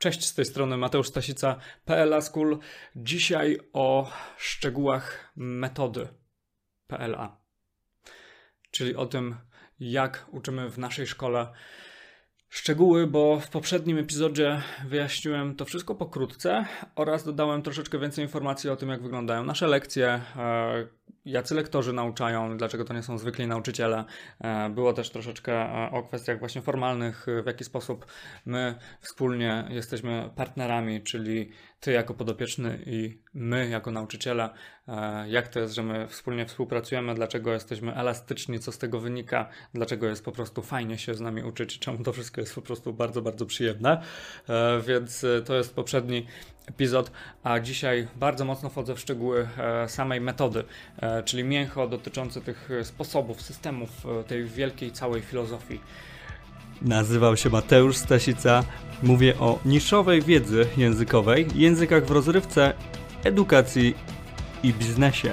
Cześć, z tej strony Mateusz Stasica, PLA School. Dzisiaj o szczegółach metody PLA, czyli o tym, jak uczymy w naszej szkole. Szczegóły, bo w poprzednim epizodzie wyjaśniłem to wszystko pokrótce oraz dodałem troszeczkę więcej informacji o tym, jak wyglądają nasze lekcje, jacy lektorzy nauczają, dlaczego to nie są zwykli nauczyciele. Było też troszeczkę o kwestiach właśnie formalnych, w jaki sposób my wspólnie jesteśmy partnerami, czyli ty jako podopieczny i my jako nauczyciele. Jak to jest, że my wspólnie współpracujemy, dlaczego jesteśmy elastyczni, co z tego wynika, dlaczego jest po prostu fajnie się z nami uczyć, czemu to wszystko jest po prostu bardzo, bardzo przyjemne. Więc to jest poprzedni epizod, a dzisiaj bardzo mocno wchodzę w szczegóły samej metody, czyli mięcho dotyczące tych sposobów, systemów, tej wielkiej całej filozofii. Nazywam się Mateusz Stasica, mówię o niszowej wiedzy językowej, językach w rozrywce, edukacji i biznesie.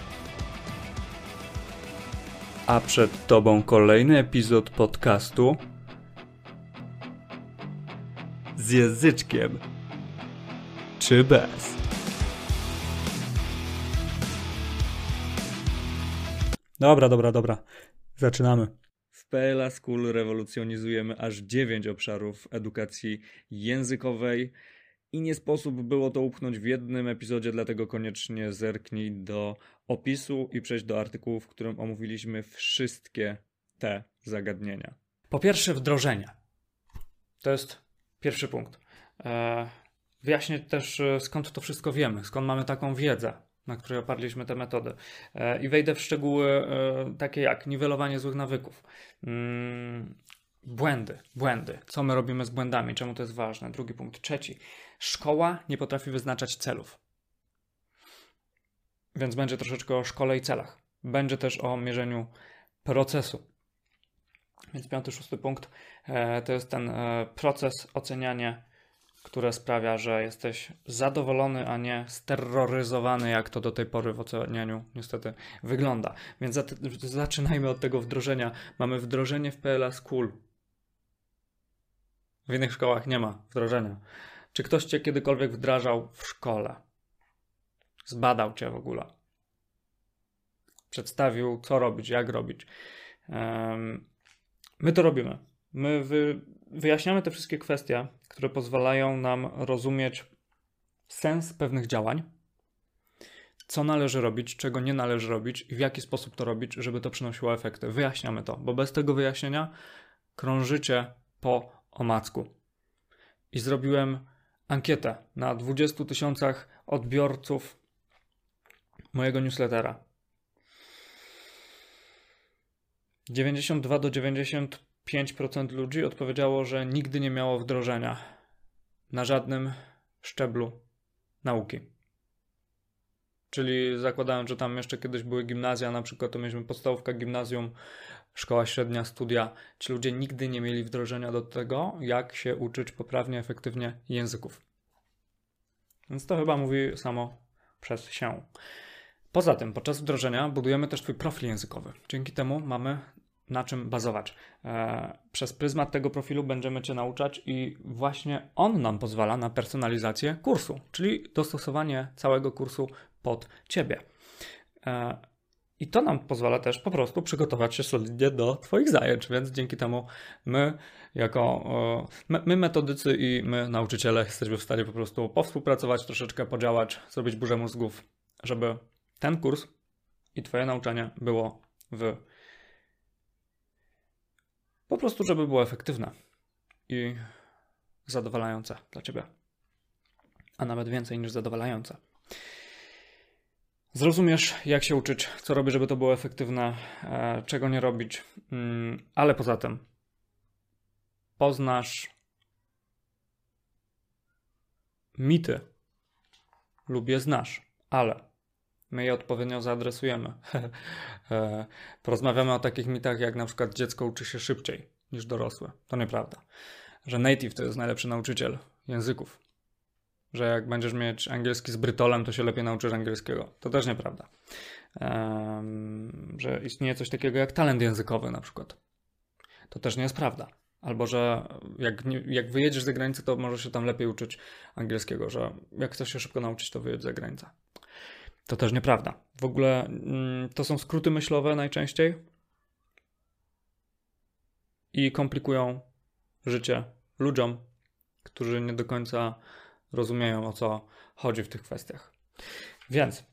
A przed tobą kolejny epizod podcastu z języczkiem czy bez. Dobra. Zaczynamy. W PLA School rewolucjonizujemy aż 9 obszarów edukacji językowej i nie sposób było to upchnąć w jednym epizodzie, dlatego koniecznie zerknij do opisu i przejdź do artykułu, w którym omówiliśmy wszystkie te zagadnienia. Po pierwsze, wdrożenie. To jest pierwszy punkt. Wyjaśnię też, skąd to wszystko wiemy, skąd mamy taką wiedzę, na której oparliśmy te metody. I wejdę w szczegóły takie jak niwelowanie złych nawyków, błędy, co my robimy z błędami, czemu to jest ważne. Drugi punkt. Trzeci. Szkoła nie potrafi wyznaczać celów. Więc będzie troszeczkę o szkole i celach. Będzie też o mierzeniu procesu. Więc piąty, szósty punkt to jest ten proces, ocenianie, które sprawia, że jesteś zadowolony, a nie steroryzowany, jak to do tej pory w ocenianiu niestety wygląda. Więc zaczynajmy od tego wdrożenia. Mamy wdrożenie w PLA School. W innych szkołach nie ma wdrożenia. Czy ktoś cię kiedykolwiek wdrażał w szkole? Zbadał cię w ogóle? Przedstawił, co robić, jak robić? My to robimy. My wyjaśniamy te wszystkie kwestie, które pozwalają nam rozumieć sens pewnych działań, co należy robić, czego nie należy robić i w jaki sposób to robić, żeby to przynosiło efekty. Wyjaśniamy to, bo bez tego wyjaśnienia krążycie po omacku. I zrobiłem ankietę na 20 000 odbiorców mojego newslettera. 92 do 95% ludzi odpowiedziało, że nigdy nie miało wdrożenia na żadnym szczeblu nauki. Czyli zakładając, że tam jeszcze kiedyś były gimnazja, na przykład to mieliśmy podstawówka, gimnazjum, szkoła średnia, studia. Ci ludzie nigdy nie mieli wdrożenia do tego, jak się uczyć poprawnie, efektywnie języków. Więc to chyba mówi samo przez się. Poza tym, podczas wdrożenia budujemy też twój profil językowy. Dzięki temu mamy na czym bazować. Przez pryzmat tego profilu będziemy cię nauczać i właśnie on nam pozwala na personalizację kursu, czyli dostosowanie całego kursu pod ciebie. I to nam pozwala też po prostu przygotować się solidnie do twoich zajęć, więc dzięki temu my my metodycy i my nauczyciele jesteśmy w stanie po prostu powspółpracować, troszeczkę podziałać, zrobić burzę mózgów, żeby ten kurs i twoje nauczanie było po prostu, żeby było efektywne i zadowalające dla ciebie. A nawet więcej niż zadowalające. Zrozumiesz, jak się uczyć, co robić, żeby to było efektywne, czego nie robić, ale poza tym poznasz mity lub je znasz, ale my je odpowiednio zaadresujemy. Porozmawiamy o takich mitach, jak na przykład dziecko uczy się szybciej niż dorosłe. To nieprawda. Że native to jest najlepszy nauczyciel języków. Że jak będziesz mieć angielski z brytolem, to się lepiej nauczysz angielskiego. To też nieprawda. Że istnieje coś takiego jak talent językowy na przykład. To też nie jest prawda. Albo że jak wyjedziesz za granicę, to możesz się tam lepiej uczyć angielskiego, że jak chcesz się szybko nauczyć, to wyjedź za granicę. To też nieprawda. W ogóle to są skróty myślowe najczęściej i komplikują życie ludziom, którzy nie do końca rozumieją, o co chodzi w tych kwestiach. Więc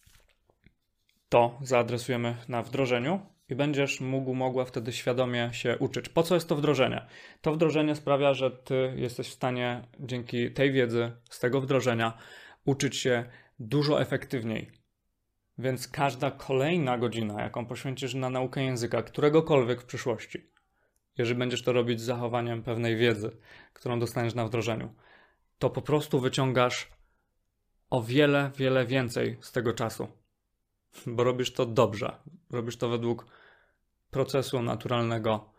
to zaadresujemy na wdrożeniu i będziesz mogła wtedy świadomie się uczyć. Po co jest to wdrożenie? To wdrożenie sprawia, że ty jesteś w stanie dzięki tej wiedzy, z tego wdrożenia, uczyć się dużo efektywniej. Więc każda kolejna godzina, jaką poświęcisz na naukę języka, któregokolwiek w przyszłości, jeżeli będziesz to robić z zachowaniem pewnej wiedzy, którą dostaniesz na wdrożeniu, to po prostu wyciągasz o wiele, wiele więcej z tego czasu. Bo robisz to dobrze. Robisz to według procesu naturalnego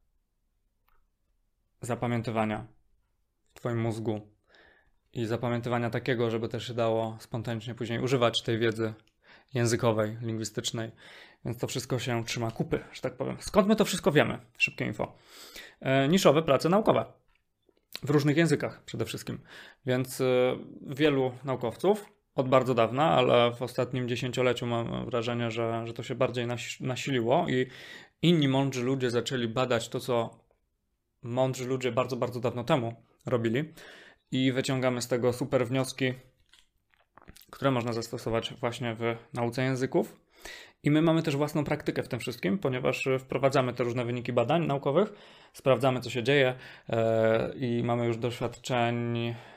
zapamiętywania w twoim mózgu i zapamiętywania takiego, żeby też się dało spontanicznie później używać tej wiedzy językowej, lingwistycznej. Więc to wszystko się trzyma kupy, że tak powiem. Skąd my to wszystko wiemy? Szybkie info. Niszowe prace naukowe. W różnych językach przede wszystkim. Więc wielu naukowców od bardzo dawna, ale w ostatnim dziesięcioleciu mam wrażenie, że to się bardziej nasiliło i inni mądrzy ludzie zaczęli badać to, co mądrzy ludzie bardzo, bardzo dawno temu robili i wyciągamy z tego super wnioski, które można zastosować właśnie w nauce języków. I my mamy też własną praktykę w tym wszystkim, ponieważ wprowadzamy te różne wyniki badań naukowych, sprawdzamy, co się dzieje i mamy już doświadczeń,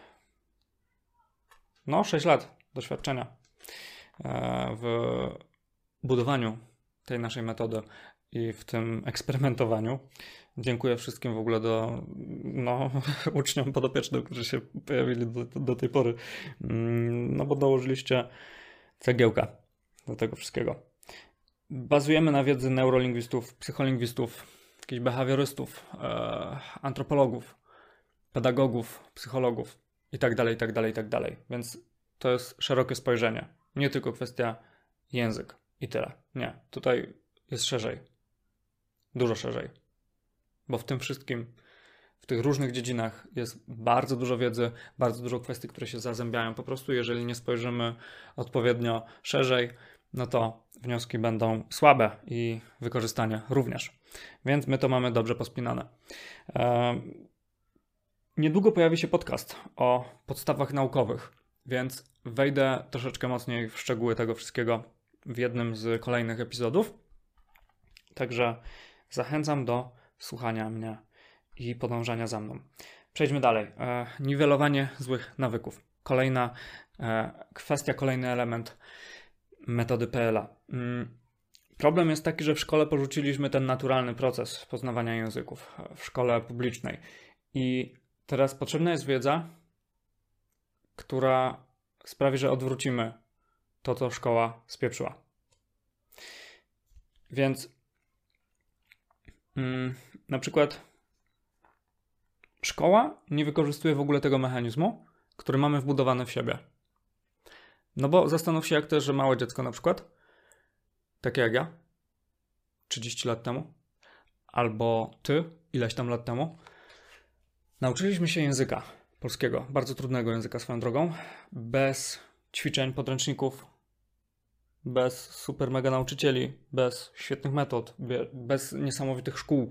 6 lat doświadczenia w budowaniu tej naszej metody i w tym eksperymentowaniu. Dziękuję wszystkim w ogóle uczniom podopiecznym, którzy się pojawili do tej pory, bo dołożyliście cegiełkę do tego wszystkiego. Bazujemy na wiedzy neurolingwistów, psycholingwistów, jakichś behawiorystów, antropologów, pedagogów, psychologów itd., itd., itd. Więc to jest szerokie spojrzenie. Nie tylko kwestia język i tyle. Nie, tutaj jest szerzej. Dużo szerzej. Bo w tym wszystkim, w tych różnych dziedzinach jest bardzo dużo wiedzy, bardzo dużo kwestii, które się zazębiają. Po prostu jeżeli nie spojrzymy odpowiednio szerzej, no to wnioski będą słabe i wykorzystanie również. Więc my to mamy dobrze pospinane. Niedługo pojawi się podcast o podstawach naukowych, więc wejdę troszeczkę mocniej w szczegóły tego wszystkiego w jednym z kolejnych epizodów. Także zachęcam do słuchania mnie i podążania za mną. Przejdźmy dalej. Niwelowanie złych nawyków. Kolejna kwestia, kolejny element metody PLA. Problem jest taki, że w szkole porzuciliśmy ten naturalny proces poznawania języków w szkole publicznej i teraz potrzebna jest wiedza, która sprawi, że odwrócimy to, co szkoła spieprzyła. Więc na przykład szkoła nie wykorzystuje w ogóle tego mechanizmu, który mamy wbudowany w siebie. No bo zastanów się, jak to jest, że małe dziecko na przykład, takie jak ja, 30 lat temu, albo ty, ileś tam lat temu, nauczyliśmy się języka polskiego, bardzo trudnego języka swoją drogą, bez ćwiczeń, podręczników, bez super mega nauczycieli, bez świetnych metod, bez niesamowitych szkół.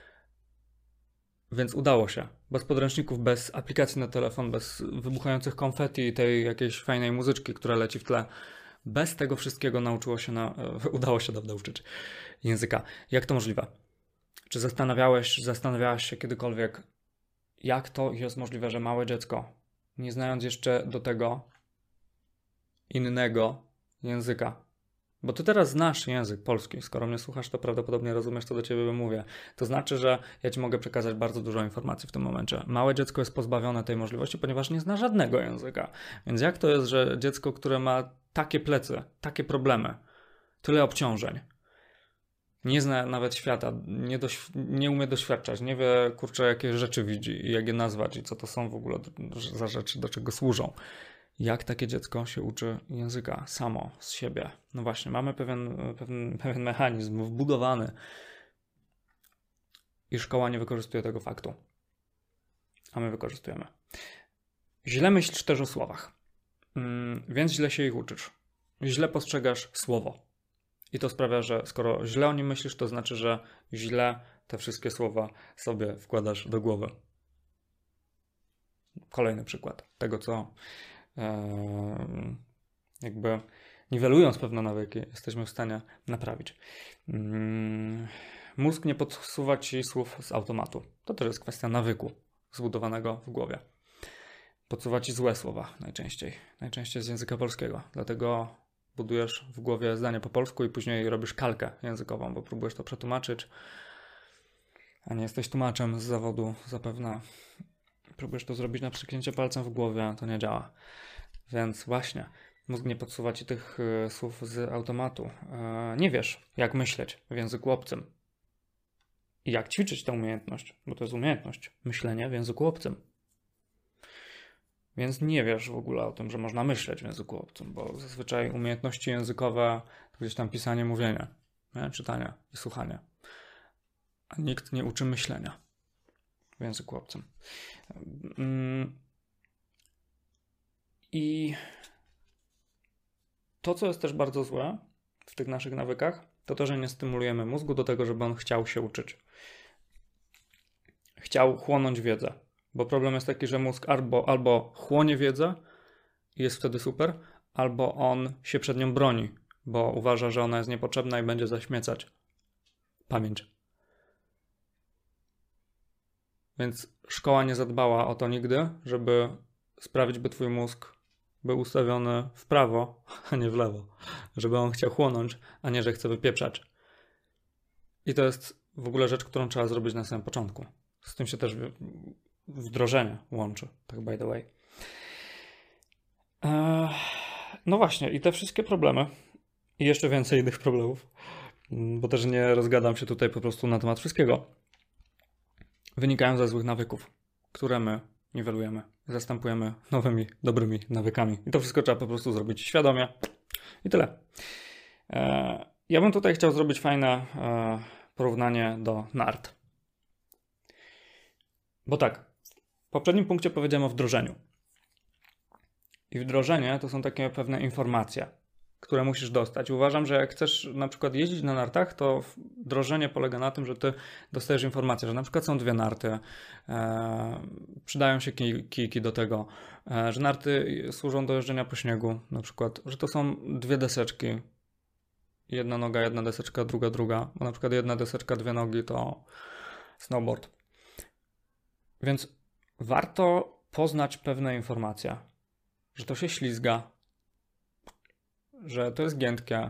Więc udało się. Bez podręczników, bez aplikacji na telefon, bez wybuchających konfetti i tej jakiejś fajnej muzyczki, która leci w tle. Bez tego wszystkiego udało się nauczyć języka. Jak to możliwe? Czy zastanawiałaś się kiedykolwiek, jak to jest możliwe, że małe dziecko, nie znając jeszcze do tego innego języka, bo ty teraz znasz język polski, skoro mnie słuchasz, to prawdopodobnie rozumiesz, co do ciebie mówię. To znaczy, że ja ci mogę przekazać bardzo dużo informacji w tym momencie. Małe dziecko jest pozbawione tej możliwości, ponieważ nie zna żadnego języka. Więc jak to jest, że dziecko, które ma takie plecy, takie problemy, tyle obciążeń, nie zna nawet świata, nie umie doświadczać, nie wie, jakie rzeczy widzi i jak je nazwać i co to są w ogóle za rzeczy, do czego służą. Jak takie dziecko się uczy języka samo, z siebie? No właśnie, mamy pewien mechanizm wbudowany i szkoła nie wykorzystuje tego faktu. A my wykorzystujemy. Źle myślisz też o słowach, więc źle się ich uczysz. Źle postrzegasz słowo. I to sprawia, że skoro źle o nim myślisz, to znaczy, że źle te wszystkie słowa sobie wkładasz do głowy. Kolejny przykład tego, co jakby niwelując pewne nawyki, jesteśmy w stanie naprawić. Mózg nie podsuwa ci słów z automatu. To też jest kwestia nawyku zbudowanego w głowie. Podsuwa ci złe słowa najczęściej z języka polskiego. Dlatego budujesz w głowie zdanie po polsku i później robisz kalkę językową, bo próbujesz to przetłumaczyć, a nie jesteś tłumaczem z zawodu zapewne. Próbujesz to zrobić na przyknięcie palcem w głowie, a to nie działa. Więc właśnie, mózg nie podsuwa ci tych słów z automatu. Nie wiesz, jak myśleć w języku obcym. I jak ćwiczyć tę umiejętność, bo to jest umiejętność myślenia w języku obcym. Więc nie wiesz w ogóle o tym, że można myśleć w języku obcym, bo zazwyczaj umiejętności językowe to gdzieś tam pisanie, mówienie, nie? Czytanie i słuchanie. A nikt nie uczy myślenia w języku obcym. I to, co jest też bardzo złe w tych naszych nawykach, to to, że nie stymulujemy mózgu do tego, żeby on chciał się uczyć. Chciał chłonąć wiedzę. Bo problem jest taki, że mózg albo chłonie wiedzę i jest wtedy super, albo on się przed nią broni, bo uważa, że ona jest niepotrzebna i będzie zaśmiecać pamięć. Więc szkoła nie zadbała o to nigdy, żeby sprawić, by twój mózg był ustawiony w prawo, a nie w lewo. Żeby on chciał chłonąć, a nie, że chce wypieprzać. I to jest w ogóle rzecz, którą trzeba zrobić na samym początku. Z tym się też wdrożenie łączy, tak by the way. No właśnie, i te wszystkie problemy, i jeszcze więcej innych problemów, bo też nie rozgadam się tutaj po prostu na temat wszystkiego, wynikają ze złych nawyków, które my niwelujemy, zastępujemy nowymi, dobrymi nawykami. I to wszystko trzeba po prostu zrobić świadomie i tyle. Ja bym tutaj chciał zrobić fajne porównanie do nart. Bo tak, w poprzednim punkcie powiedziałem o wdrożeniu. I wdrożenie to są takie pewne informacje, które musisz dostać. Uważam, że jak chcesz na przykład jeździć na nartach, to wdrożenie polega na tym, że ty dostajesz informację, że na przykład są dwie narty, przydają się kijki do tego, że narty służą do jeżdżenia po śniegu, na przykład, że to są dwie deseczki, jedna noga, jedna deseczka, druga, bo na przykład jedna deseczka, dwie nogi to snowboard. Więc warto poznać pewne informacje, że to się ślizga, że to jest giętkie.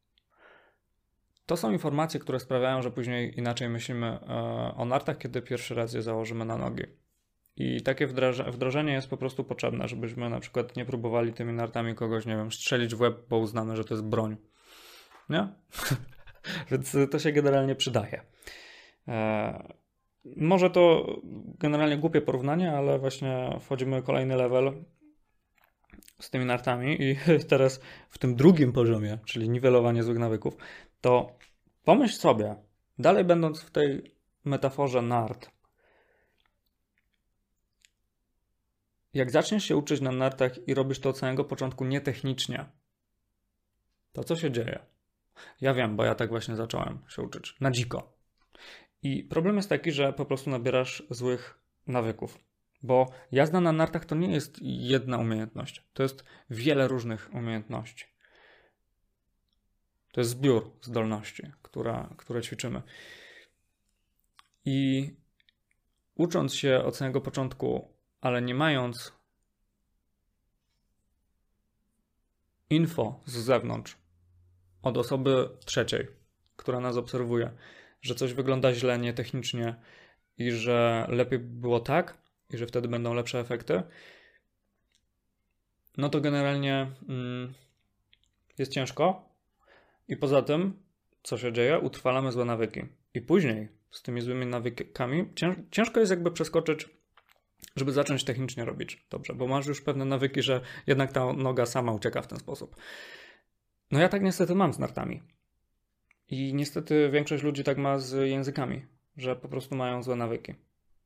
To są informacje, które sprawiają, że później inaczej myślimy o nartach, kiedy pierwszy raz je założymy na nogi. I takie wdrożenie jest po prostu potrzebne, żebyśmy na przykład nie próbowali tymi nartami kogoś, nie wiem, strzelić w łeb, bo uznamy, że to jest broń. Nie? Więc to się generalnie przydaje. Może to generalnie głupie porównanie, ale właśnie wchodzimy w kolejny level z tymi nartami i teraz w tym drugim poziomie, czyli niwelowanie złych nawyków, to pomyśl sobie, dalej będąc w tej metaforze nart, jak zaczniesz się uczyć na nartach i robisz to od samego początku nietechnicznie, to co się dzieje? Ja wiem, bo ja tak właśnie zacząłem się uczyć, na dziko. I problem jest taki, że po prostu nabierasz złych nawyków. Bo jazda na nartach to nie jest jedna umiejętność. To jest wiele różnych umiejętności. To jest zbiór zdolności, które ćwiczymy. I ucząc się od samego początku, ale nie mając info z zewnątrz, od osoby trzeciej, która nas obserwuje, że coś wygląda źle, nietechnicznie i że lepiej by było tak, i że wtedy będą lepsze efekty, no to generalnie jest ciężko. I poza tym, co się dzieje? Utrwalamy złe nawyki. I później z tymi złymi nawykami ciężko jest jakby przeskoczyć, żeby zacząć technicznie robić dobrze, bo masz już pewne nawyki, że jednak ta noga sama ucieka w ten sposób. No ja tak niestety mam z nartami. I niestety większość ludzi tak ma z językami. że po prostu mają złe nawyki.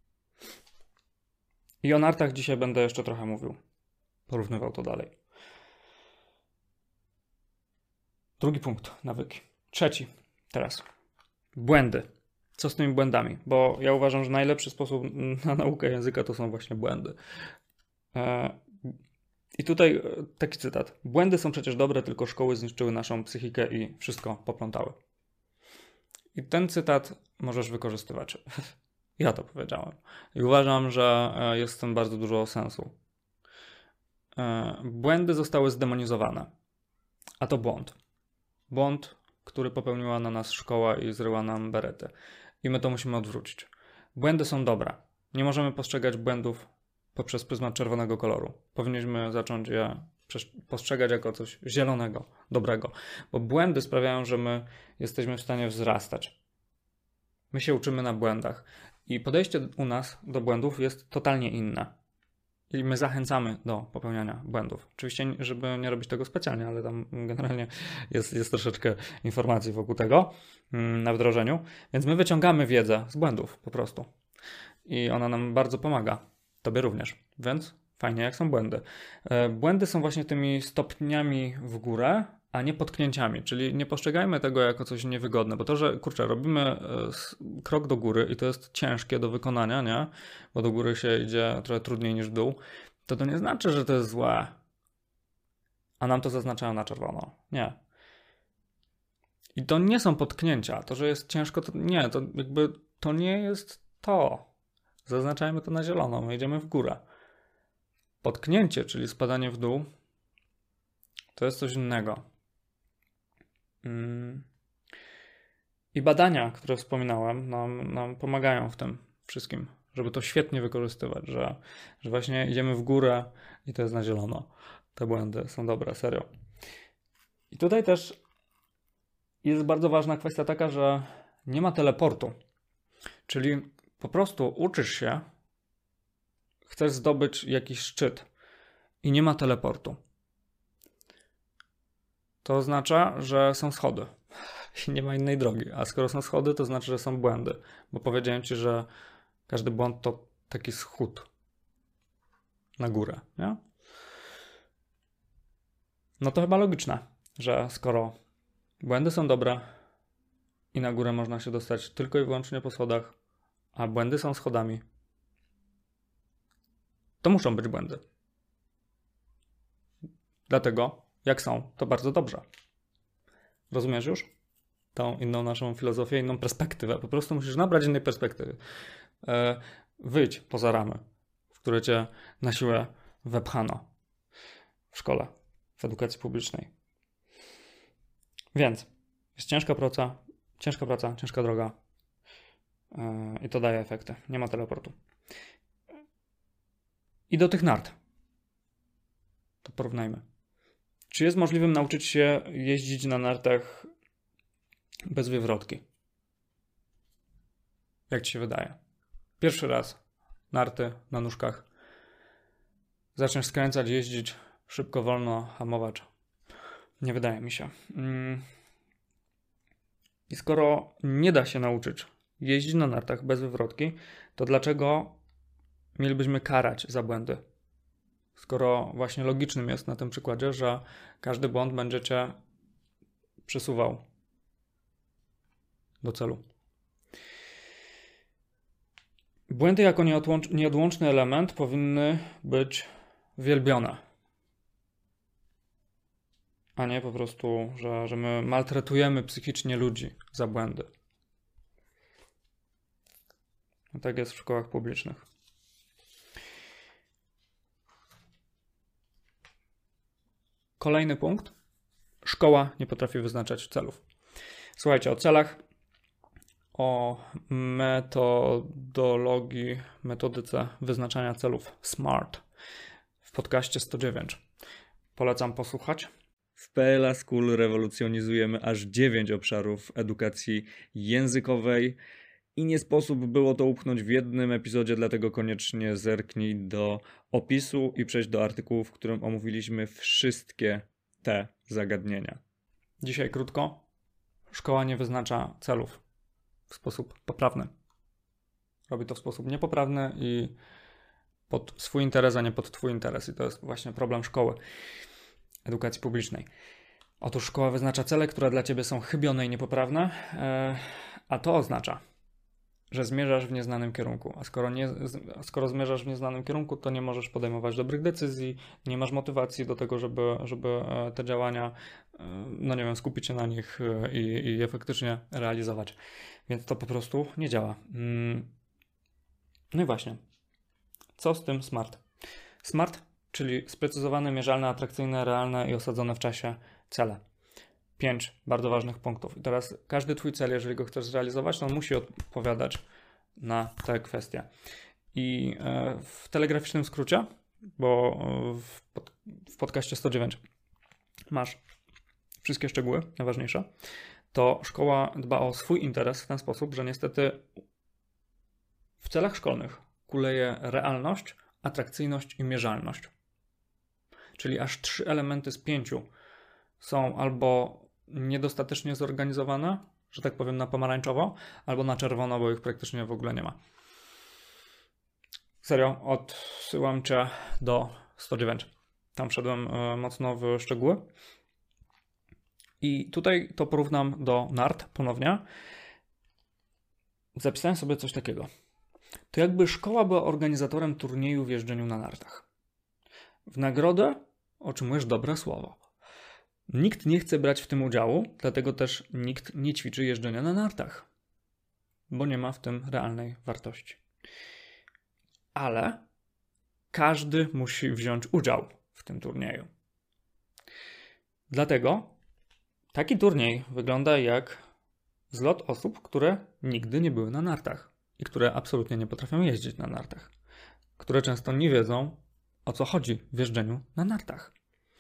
I o nartach dzisiaj będę jeszcze trochę mówił. Porównywał to dalej. Drugi punkt, nawyki. Trzeci, teraz. Błędy. Co z tymi błędami? Bo ja uważam, że najlepszy sposób na naukę języka to są właśnie błędy. I tutaj taki cytat. Błędy są przecież dobre, tylko szkoły zniszczyły naszą psychikę i wszystko poplątały. I ten cytat możesz wykorzystywać. Ja to powiedziałem. I uważam, że jest w tym bardzo dużo sensu. Błędy zostały zdemonizowane. A to błąd. Błąd, który popełniła na nas szkoła i zryła nam berety. I my to musimy odwrócić. Błędy są dobre. Nie możemy postrzegać błędów poprzez pryzmat czerwonego koloru. Powinniśmy zacząć je postrzegać jako coś zielonego, dobrego. Bo błędy sprawiają, że my jesteśmy w stanie wzrastać. My się uczymy na błędach. I podejście u nas do błędów jest totalnie inne. I my zachęcamy do popełniania błędów. Oczywiście, żeby nie robić tego specjalnie, ale tam generalnie jest troszeczkę informacji wokół tego na wdrożeniu. Więc my wyciągamy wiedzę z błędów po prostu. I ona nam bardzo pomaga. Tobie również. Więc fajnie, jak są błędy. Błędy są właśnie tymi stopniami w górę, a nie potknięciami. Czyli nie postrzegajmy tego jako coś niewygodne, bo to, że robimy krok do góry i to jest ciężkie do wykonania, nie? Bo do góry się idzie trochę trudniej niż w dół, to nie znaczy, że to jest złe. A nam to zaznaczają na czerwono. Nie. I to nie są potknięcia. To, że jest ciężko, to nie. To nie jest to. Zaznaczajmy to na zielono. My idziemy w górę. Potknięcie, czyli spadanie w dół, to jest coś innego. I badania, które wspominałem, nam pomagają w tym wszystkim, żeby to świetnie wykorzystywać, że właśnie idziemy w górę i to jest na zielono. Te błędy są dobre, serio. I tutaj też jest bardzo ważna kwestia taka, że nie ma teleportu. Czyli po prostu uczysz się, chcesz zdobyć jakiś szczyt i nie ma teleportu. To oznacza, że są schody i nie ma innej drogi. A skoro są schody, to znaczy, że są błędy. Bo powiedziałem ci, że każdy błąd to taki schód na górę, nie? No to chyba logiczne, że skoro błędy są dobre i na górę można się dostać tylko i wyłącznie po schodach, a błędy są schodami, to muszą być błędy. Dlatego, jak są, to bardzo dobrze. Rozumiesz już tą inną naszą filozofię, inną perspektywę? Po prostu musisz nabrać innej perspektywy. Wyjdź poza ramy, w które cię na siłę wepchano w szkole, w edukacji publicznej. Więc jest ciężka praca, ciężka droga i to daje efekty. Nie ma teleportu. I do tych nart. To porównajmy. Czy jest możliwym nauczyć się jeździć na nartach bez wywrotki? Jak ci się wydaje? Pierwszy raz narty na nóżkach. Zaczniesz skręcać, jeździć szybko, wolno, hamować. Nie wydaje mi się. I skoro nie da się nauczyć jeździć na nartach bez wywrotki, to dlaczego mielibyśmy karać za błędy? Skoro właśnie logicznym jest na tym przykładzie, że każdy błąd będzie cię przesuwał do celu. Błędy jako nieodłączny element powinny być wielbione. A nie po prostu, że my maltretujemy psychicznie ludzi za błędy. No tak jest w szkołach publicznych. Kolejny punkt. Szkoła nie potrafi wyznaczać celów. Słuchajcie, o celach, o metodyce wyznaczania celów SMART w podcaście 109. Polecam posłuchać. W PLA School rewolucjonizujemy aż 9 obszarów edukacji językowej i nie sposób było to upchnąć w jednym epizodzie, dlatego koniecznie zerknij do opisu i przejdź do artykułu, w którym omówiliśmy wszystkie te zagadnienia. Dzisiaj krótko. Szkoła nie wyznacza celów w sposób poprawny. Robi to w sposób niepoprawny i pod swój interes, a nie pod twój interes. I to jest właśnie problem szkoły, edukacji publicznej. Otóż szkoła wyznacza cele, które dla ciebie są chybione i niepoprawne, a to oznacza, że zmierzasz w nieznanym kierunku. Skoro zmierzasz w nieznanym kierunku, to nie możesz podejmować dobrych decyzji, nie masz motywacji do tego, żeby te działania, no nie wiem, skupić się na nich i je faktycznie realizować. Więc to po prostu nie działa. No i właśnie. Co z tym SMART? SMART, czyli sprecyzowane, mierzalne, atrakcyjne, realne i osadzone w czasie cele. 5 bardzo ważnych punktów. I teraz każdy twój cel, jeżeli go chcesz zrealizować, to on musi odpowiadać na te kwestie. I w telegraficznym skrócie, bo w podcaście 109 masz wszystkie szczegóły, najważniejsze, to szkoła dba o swój interes w ten sposób, że niestety w celach szkolnych kuleje realność, atrakcyjność i mierzalność. Czyli aż 3 elementy z 5 są albo niedostatecznie zorganizowane, że tak powiem na pomarańczowo, albo na czerwono, bo ich praktycznie w ogóle nie ma. Serio, odsyłam cię do 109. Tam wszedłem mocno w szczegóły. I tutaj to porównam do nart ponownie. Zapisałem sobie coś takiego. To jakby szkoła była organizatorem turnieju w jeżdżeniu na nartach. W nagrodę otrzymujesz dobre słowo. Nikt nie chce brać w tym udziału, dlatego też nikt nie ćwiczy jeżdżenia na nartach, bo nie ma w tym realnej wartości. Ale każdy musi wziąć udział w tym turnieju. Dlatego taki turniej wygląda jak zlot osób, które nigdy nie były na nartach i które absolutnie nie potrafią jeździć na nartach, które często nie wiedzą, o co chodzi w jeżdżeniu na nartach.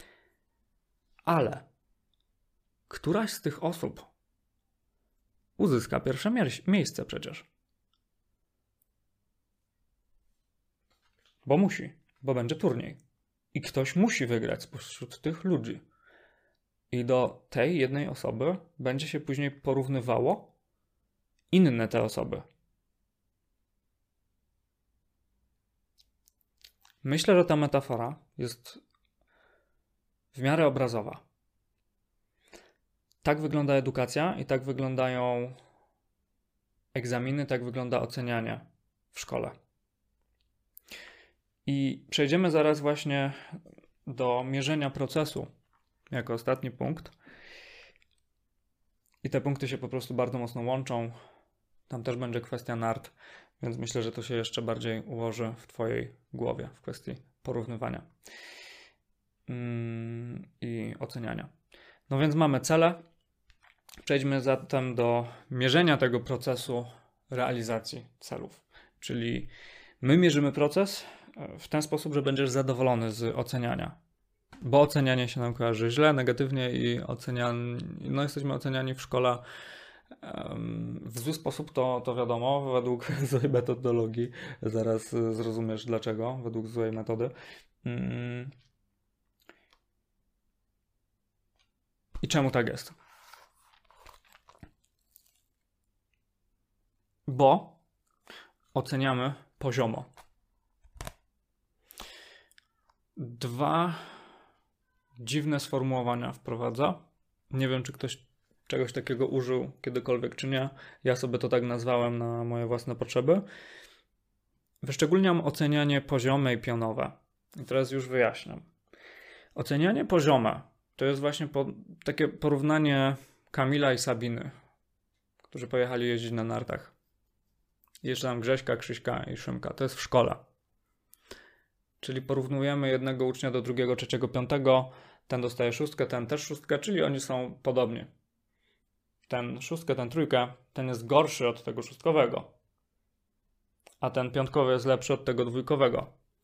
Ale któraś z tych osób uzyska pierwsze miejsce przecież. Bo musi, bo będzie turniej. I ktoś musi wygrać spośród tych ludzi. I do tej jednej osoby będzie się później porównywało inne te osoby. Myślę, że ta metafora jest w miarę obrazowa. Tak wygląda edukacja i tak wyglądają egzaminy, tak wygląda ocenianie w szkole. I przejdziemy zaraz właśnie do mierzenia procesu jako ostatni punkt. I te punkty się po prostu bardzo mocno łączą. Tam też będzie kwestia nart, więc myślę, że to się jeszcze bardziej ułoży w twojej głowie w kwestii porównywania i oceniania. No więc mamy cele. Przejdźmy zatem do mierzenia tego procesu realizacji celów. Czyli my mierzymy proces w ten sposób, że będziesz zadowolony z oceniania. Bo ocenianie się nam kojarzy źle, negatywnie i jesteśmy oceniani w szkole w zły sposób, to wiadomo, według złej metodologii. Zaraz zrozumiesz dlaczego, według złej metody. I czemu tak jest? Bo oceniamy poziomo. 2 dziwne sformułowania wprowadza. Nie wiem, czy ktoś czegoś takiego użył kiedykolwiek, czy nie. Ja sobie to tak nazwałem na moje własne potrzeby. Wyszczególniam ocenianie poziome i pionowe. I teraz już wyjaśniam. Ocenianie poziome to jest właśnie takie porównanie Kamila i Sabiny, którzy pojechali jeździć na nartach. Jeszcze tam Grześka, Krzyśka i Szymka. To jest w szkole. Czyli porównujemy jednego ucznia do drugiego, trzeciego, piątego. Ten dostaje 6, ten też 6, czyli oni są podobni. Ten 6, ten 3, ten jest gorszy od tego 6, a ten 5 jest lepszy od tego 2.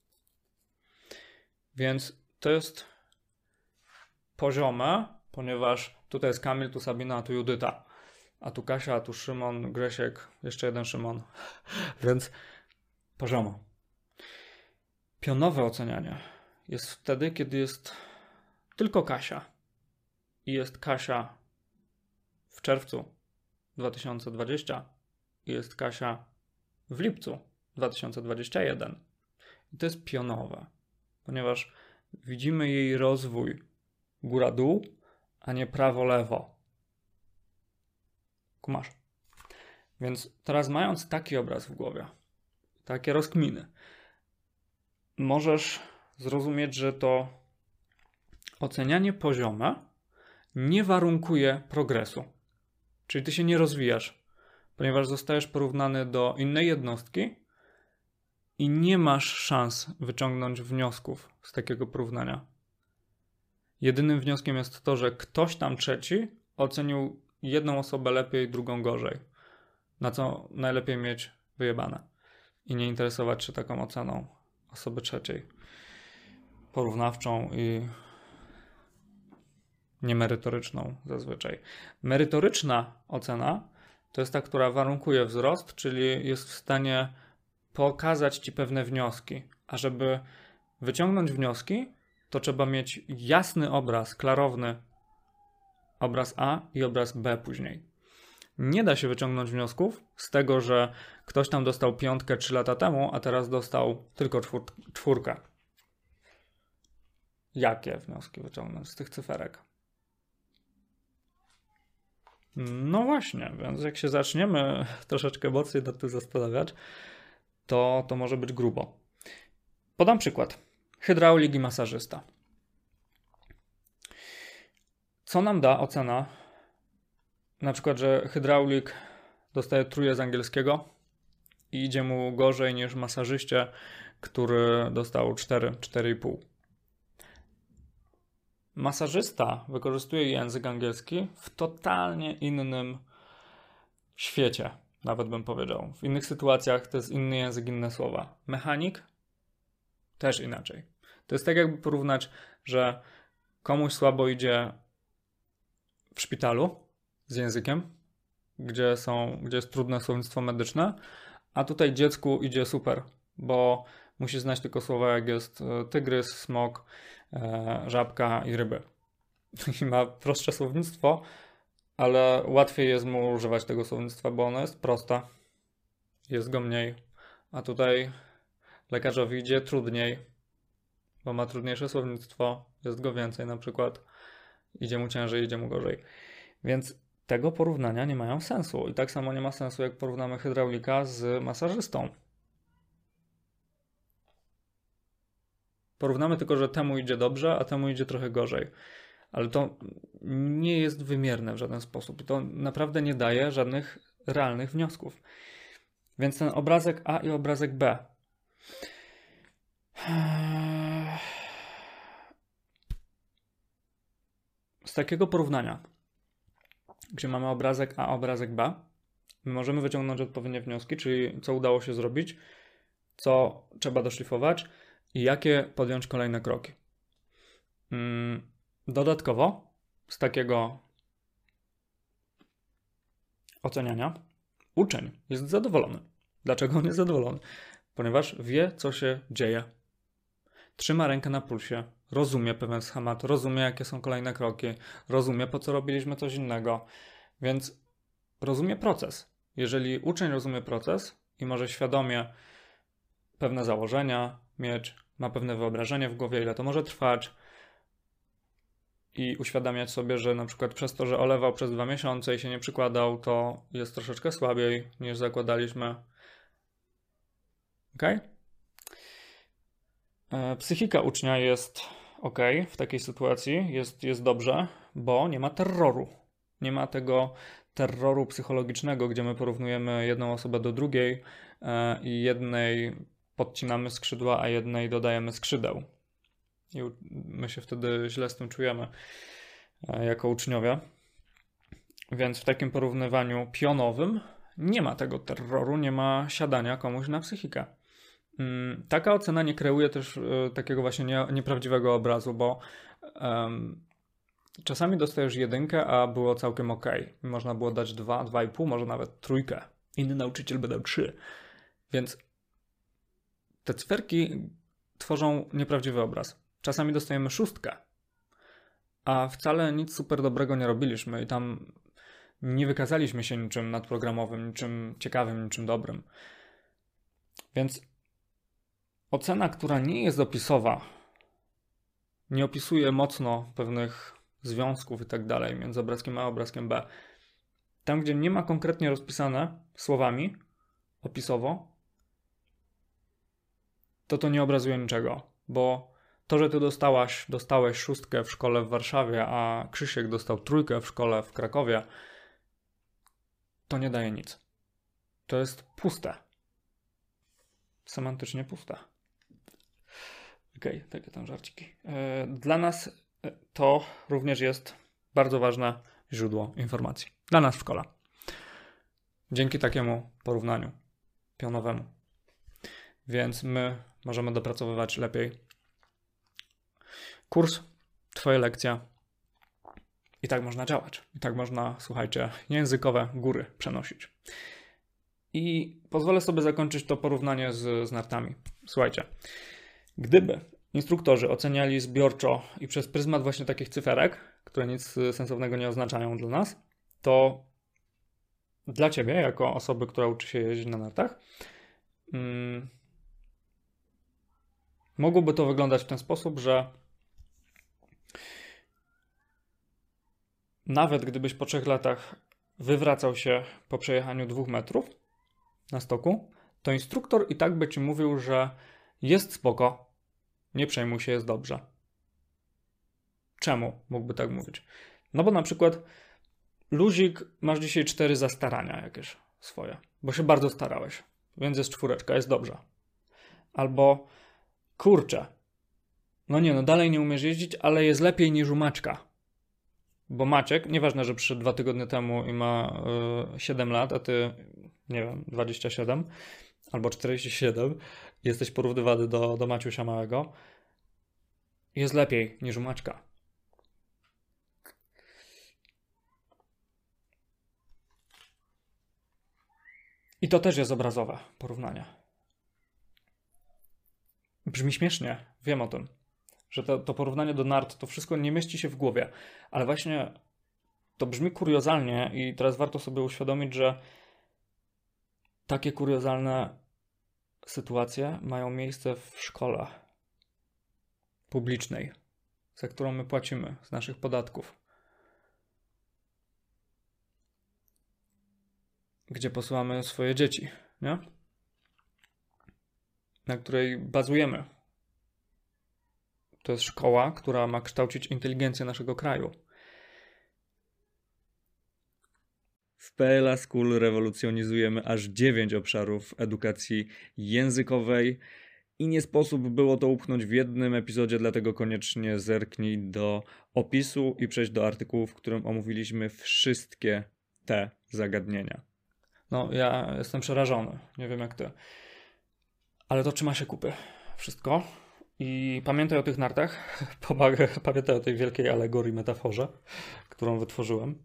Więc to jest poziome, ponieważ tutaj jest Kamil, tu Sabina, a tu Judyta. A tu Kasia, a tu Szymon, Grzesiek, jeszcze jeden Szymon. Więc poziomo. Pionowe ocenianie jest wtedy, kiedy jest tylko Kasia. I jest Kasia w czerwcu 2020 i jest Kasia w lipcu 2021. I to jest pionowe, ponieważ widzimy jej rozwój góra-dół, a nie prawo-lewo. Kumasz. Więc teraz mając taki obraz w głowie, takie rozkminy, możesz zrozumieć, że to ocenianie poziome nie warunkuje progresu. Czyli ty się nie rozwijasz, ponieważ zostajesz porównany do innej jednostki i nie masz szans wyciągnąć wniosków z takiego porównania. Jedynym wnioskiem jest to, że ktoś tam trzeci ocenił jedną osobę lepiej, drugą gorzej. Na co najlepiej mieć wyjebane i nie interesować się taką oceną osoby trzeciej. Porównawczą i niemerytoryczną zazwyczaj. Merytoryczna ocena to jest ta, która warunkuje wzrost, czyli jest w stanie pokazać ci pewne wnioski. A żeby wyciągnąć wnioski, to trzeba mieć jasny obraz, klarowny obraz A i obraz B później. Nie da się wyciągnąć wniosków z tego, że ktoś tam dostał 5 3 lata temu, a teraz dostał tylko 4. Jakie wnioski wyciągnąć z tych cyferek? No właśnie, więc jak się zaczniemy troszeczkę mocniej nad tym zastanawiać, to może być grubo. Podam przykład. Hydraulik i masażysta. Co nam da ocena? Na przykład, że hydraulik dostaje 3 z angielskiego i idzie mu gorzej niż masażyście, który dostał 4, 4,5. Masażysta wykorzystuje język angielski w totalnie innym świecie, nawet bym powiedział. W innych sytuacjach to jest inny język, inne słowa. Mechanik też inaczej. To jest tak, jakby porównać, że komuś słabo idzie w szpitalu z językiem, gdzie jest trudne słownictwo medyczne, a tutaj dziecku idzie super, bo musi znać tylko słowa, jak jest tygrys, smok, żabka i ryby. I ma prostsze słownictwo, ale łatwiej jest mu używać tego słownictwa, bo ono jest proste. Jest go mniej. A tutaj lekarzowi idzie trudniej, bo ma trudniejsze słownictwo, jest go więcej na przykład. Idzie mu ciężej, idzie mu gorzej. Więc tego porównania nie mają sensu. I tak samo nie ma sensu, jak porównamy hydraulika z masażystą. Porównamy tylko, że temu idzie dobrze, a temu idzie trochę gorzej. Ale to nie jest wymierne w żaden sposób. To naprawdę nie daje żadnych realnych wniosków. Więc ten obrazek A i obrazek B. Z takiego porównania, gdzie mamy obrazek A, obrazek B, my możemy wyciągnąć odpowiednie wnioski, czyli co udało się zrobić, co trzeba doszlifować i jakie podjąć kolejne kroki. Dodatkowo z takiego oceniania uczeń jest zadowolony. Dlaczego on jest zadowolony? Ponieważ wie, co się dzieje. Trzyma rękę na pulsie, rozumie pewien schemat, rozumie, jakie są kolejne kroki, rozumie, po co robiliśmy coś innego, więc rozumie proces. Jeżeli uczeń rozumie proces i może świadomie pewne założenia mieć, ma pewne wyobrażenie w głowie, ile to może trwać i uświadamiać sobie, że na przykład przez to, że olewał przez 2 miesiące i się nie przykładał, to jest troszeczkę słabiej niż zakładaliśmy. Ok? Psychika ucznia jest ok w takiej sytuacji, jest dobrze, bo nie ma terroru. Nie ma tego terroru psychologicznego, gdzie my porównujemy jedną osobę do drugiej i jednej podcinamy skrzydła, a jednej dodajemy skrzydeł. I my się wtedy źle z tym czujemy jako uczniowie. Więc w takim porównywaniu pionowym nie ma tego terroru, nie ma siadania komuś na psychikę. Taka ocena nie kreuje też takiego właśnie nieprawdziwego obrazu, bo czasami dostajesz 1, a było całkiem ok. Można było dać 2, 2,5, może nawet 3. Inny nauczyciel by dał 3. Więc te cyferki tworzą nieprawdziwy obraz. Czasami dostajemy 6, a wcale nic super dobrego nie robiliśmy i tam nie wykazaliśmy się niczym nadprogramowym, niczym ciekawym, niczym dobrym. Więc ocena, która nie jest opisowa, nie opisuje mocno pewnych związków i tak dalej między obrazkiem A a obrazkiem B. Tam, gdzie nie ma konkretnie rozpisane słowami, opisowo, to nie obrazuje niczego, bo to, że ty dostałeś 6 w szkole w Warszawie, a Krzysiek dostał 3 w szkole w Krakowie, to nie daje nic. To jest puste. Semantycznie puste. Okej, takie tam żarciki. Dla nas to również jest bardzo ważne źródło informacji. Dla nas w szkole. Dzięki takiemu porównaniu pionowemu. Więc my możemy dopracowywać lepiej kurs, twoje lekcje. I tak można działać. I tak można, słuchajcie, językowe góry przenosić. I pozwolę sobie zakończyć to porównanie z nartami. Słuchajcie, gdyby instruktorzy oceniali zbiorczo i przez pryzmat właśnie takich cyferek, które nic sensownego nie oznaczają dla nas, to dla ciebie, jako osoby, która uczy się jeździć na nartach, mogłoby to wyglądać w ten sposób, że nawet gdybyś po 3 latach wywracał się po przejechaniu 2 metrów na stoku, to instruktor i tak by ci mówił, że jest spoko, nie przejmuj się, jest dobrze. Czemu mógłby tak mówić? No bo na przykład luzik, masz dzisiaj 4 zastarania jakieś swoje, bo się bardzo starałeś, więc jest 4, jest dobrze. Albo kurczę, no dalej nie umiesz jeździć, ale jest lepiej niż u Maćka. Bo Maciek, nieważne, że przyszedł 2 tygodnie temu i ma 7 lat, a ty, nie wiem, 27 albo 47, jesteś porównywany do Maciusia małego, jest lepiej niż u Maćka. I to też jest obrazowe porównanie. Brzmi śmiesznie, wiem o tym, że to porównanie do nart, to wszystko nie mieści się w głowie, ale właśnie to brzmi kuriozalnie i teraz warto sobie uświadomić, że takie kuriozalne sytuacje mają miejsce w szkole publicznej, za którą my płacimy z naszych podatków, gdzie posyłamy swoje dzieci, nie? Na której bazujemy. To jest szkoła, która ma kształcić inteligencję naszego kraju. W PLA School rewolucjonizujemy aż 9 obszarów edukacji językowej i nie sposób było to upchnąć w jednym epizodzie, dlatego koniecznie zerknij do opisu i przejdź do artykułu, w którym omówiliśmy wszystkie te zagadnienia. No, ja jestem przerażony. Nie wiem jak ty. Ale to trzyma się kupy. Wszystko. I pamiętaj o tych nartach. Pamiętaj o tej wielkiej alegorii, metaforze, którą wytworzyłem.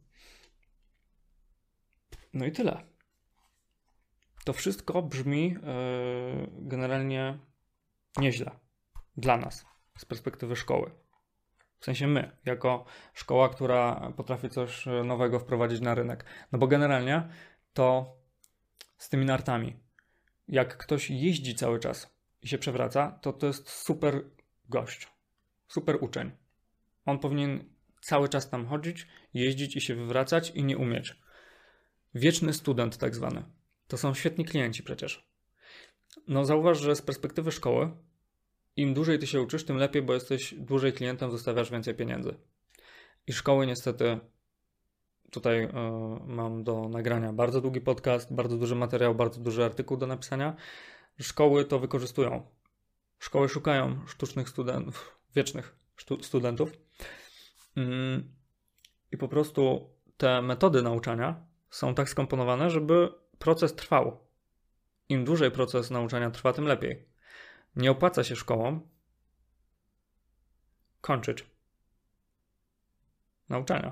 No i tyle. To wszystko brzmi generalnie nieźle dla nas z perspektywy szkoły. W sensie my, jako szkoła, która potrafi coś nowego wprowadzić na rynek. No bo generalnie to z tymi nartami, jak ktoś jeździ cały czas i się przewraca, to jest super gość, super uczeń. On powinien cały czas tam chodzić, jeździć i się wywracać i nie umieć. Wieczny student tak zwany. To są świetni klienci przecież. No zauważ, że z perspektywy szkoły im dłużej ty się uczysz, tym lepiej, bo jesteś dłużej klientem, zostawiasz więcej pieniędzy. I szkoły niestety, tutaj mam do nagrania bardzo długi podcast, bardzo duży materiał, bardzo duży artykuł do napisania. Szkoły to wykorzystują. Szkoły szukają sztucznych studentów, wiecznych studentów. I po prostu te metody nauczania są tak skomponowane, żeby proces trwał. Im dłużej proces nauczania trwa, tym lepiej. Nie opłaca się szkołom kończyć nauczania.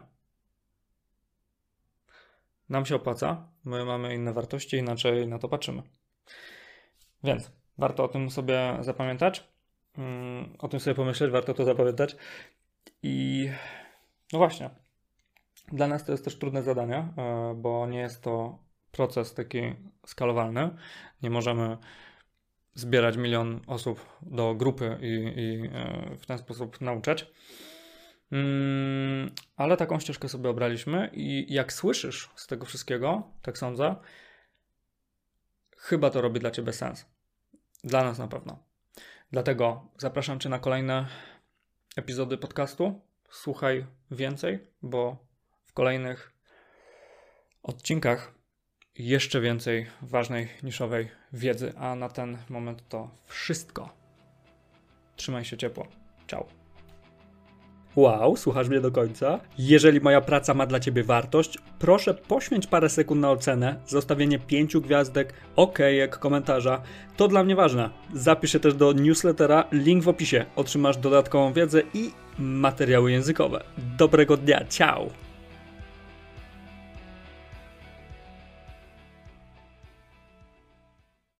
Nam się opłaca, my mamy inne wartości, inaczej na to patrzymy. Więc warto o tym sobie zapamiętać, o tym sobie pomyśleć, warto to zapamiętać. I no właśnie, dla nas to jest też trudne zadanie, bo nie jest to proces taki skalowalny. Nie możemy zbierać 1 milion osób do grupy i w ten sposób nauczać. Ale taką ścieżkę sobie obraliśmy i jak słyszysz z tego wszystkiego, tak sądzę, chyba to robi dla ciebie sens. Dla nas na pewno. Dlatego zapraszam cię na kolejne epizody podcastu. Słuchaj więcej, bo w kolejnych odcinkach jeszcze więcej ważnej, niszowej wiedzy, a na ten moment to wszystko. Trzymaj się ciepło. Ciao. Wow, słuchasz mnie do końca? Jeżeli moja praca ma dla ciebie wartość, proszę poświęć parę sekund na ocenę, zostawienie 5 gwiazdek, okejek, komentarza. To dla mnie ważne. Zapisz się też do newslettera, link w opisie. Otrzymasz dodatkową wiedzę i materiały językowe. Dobrego dnia, ciao!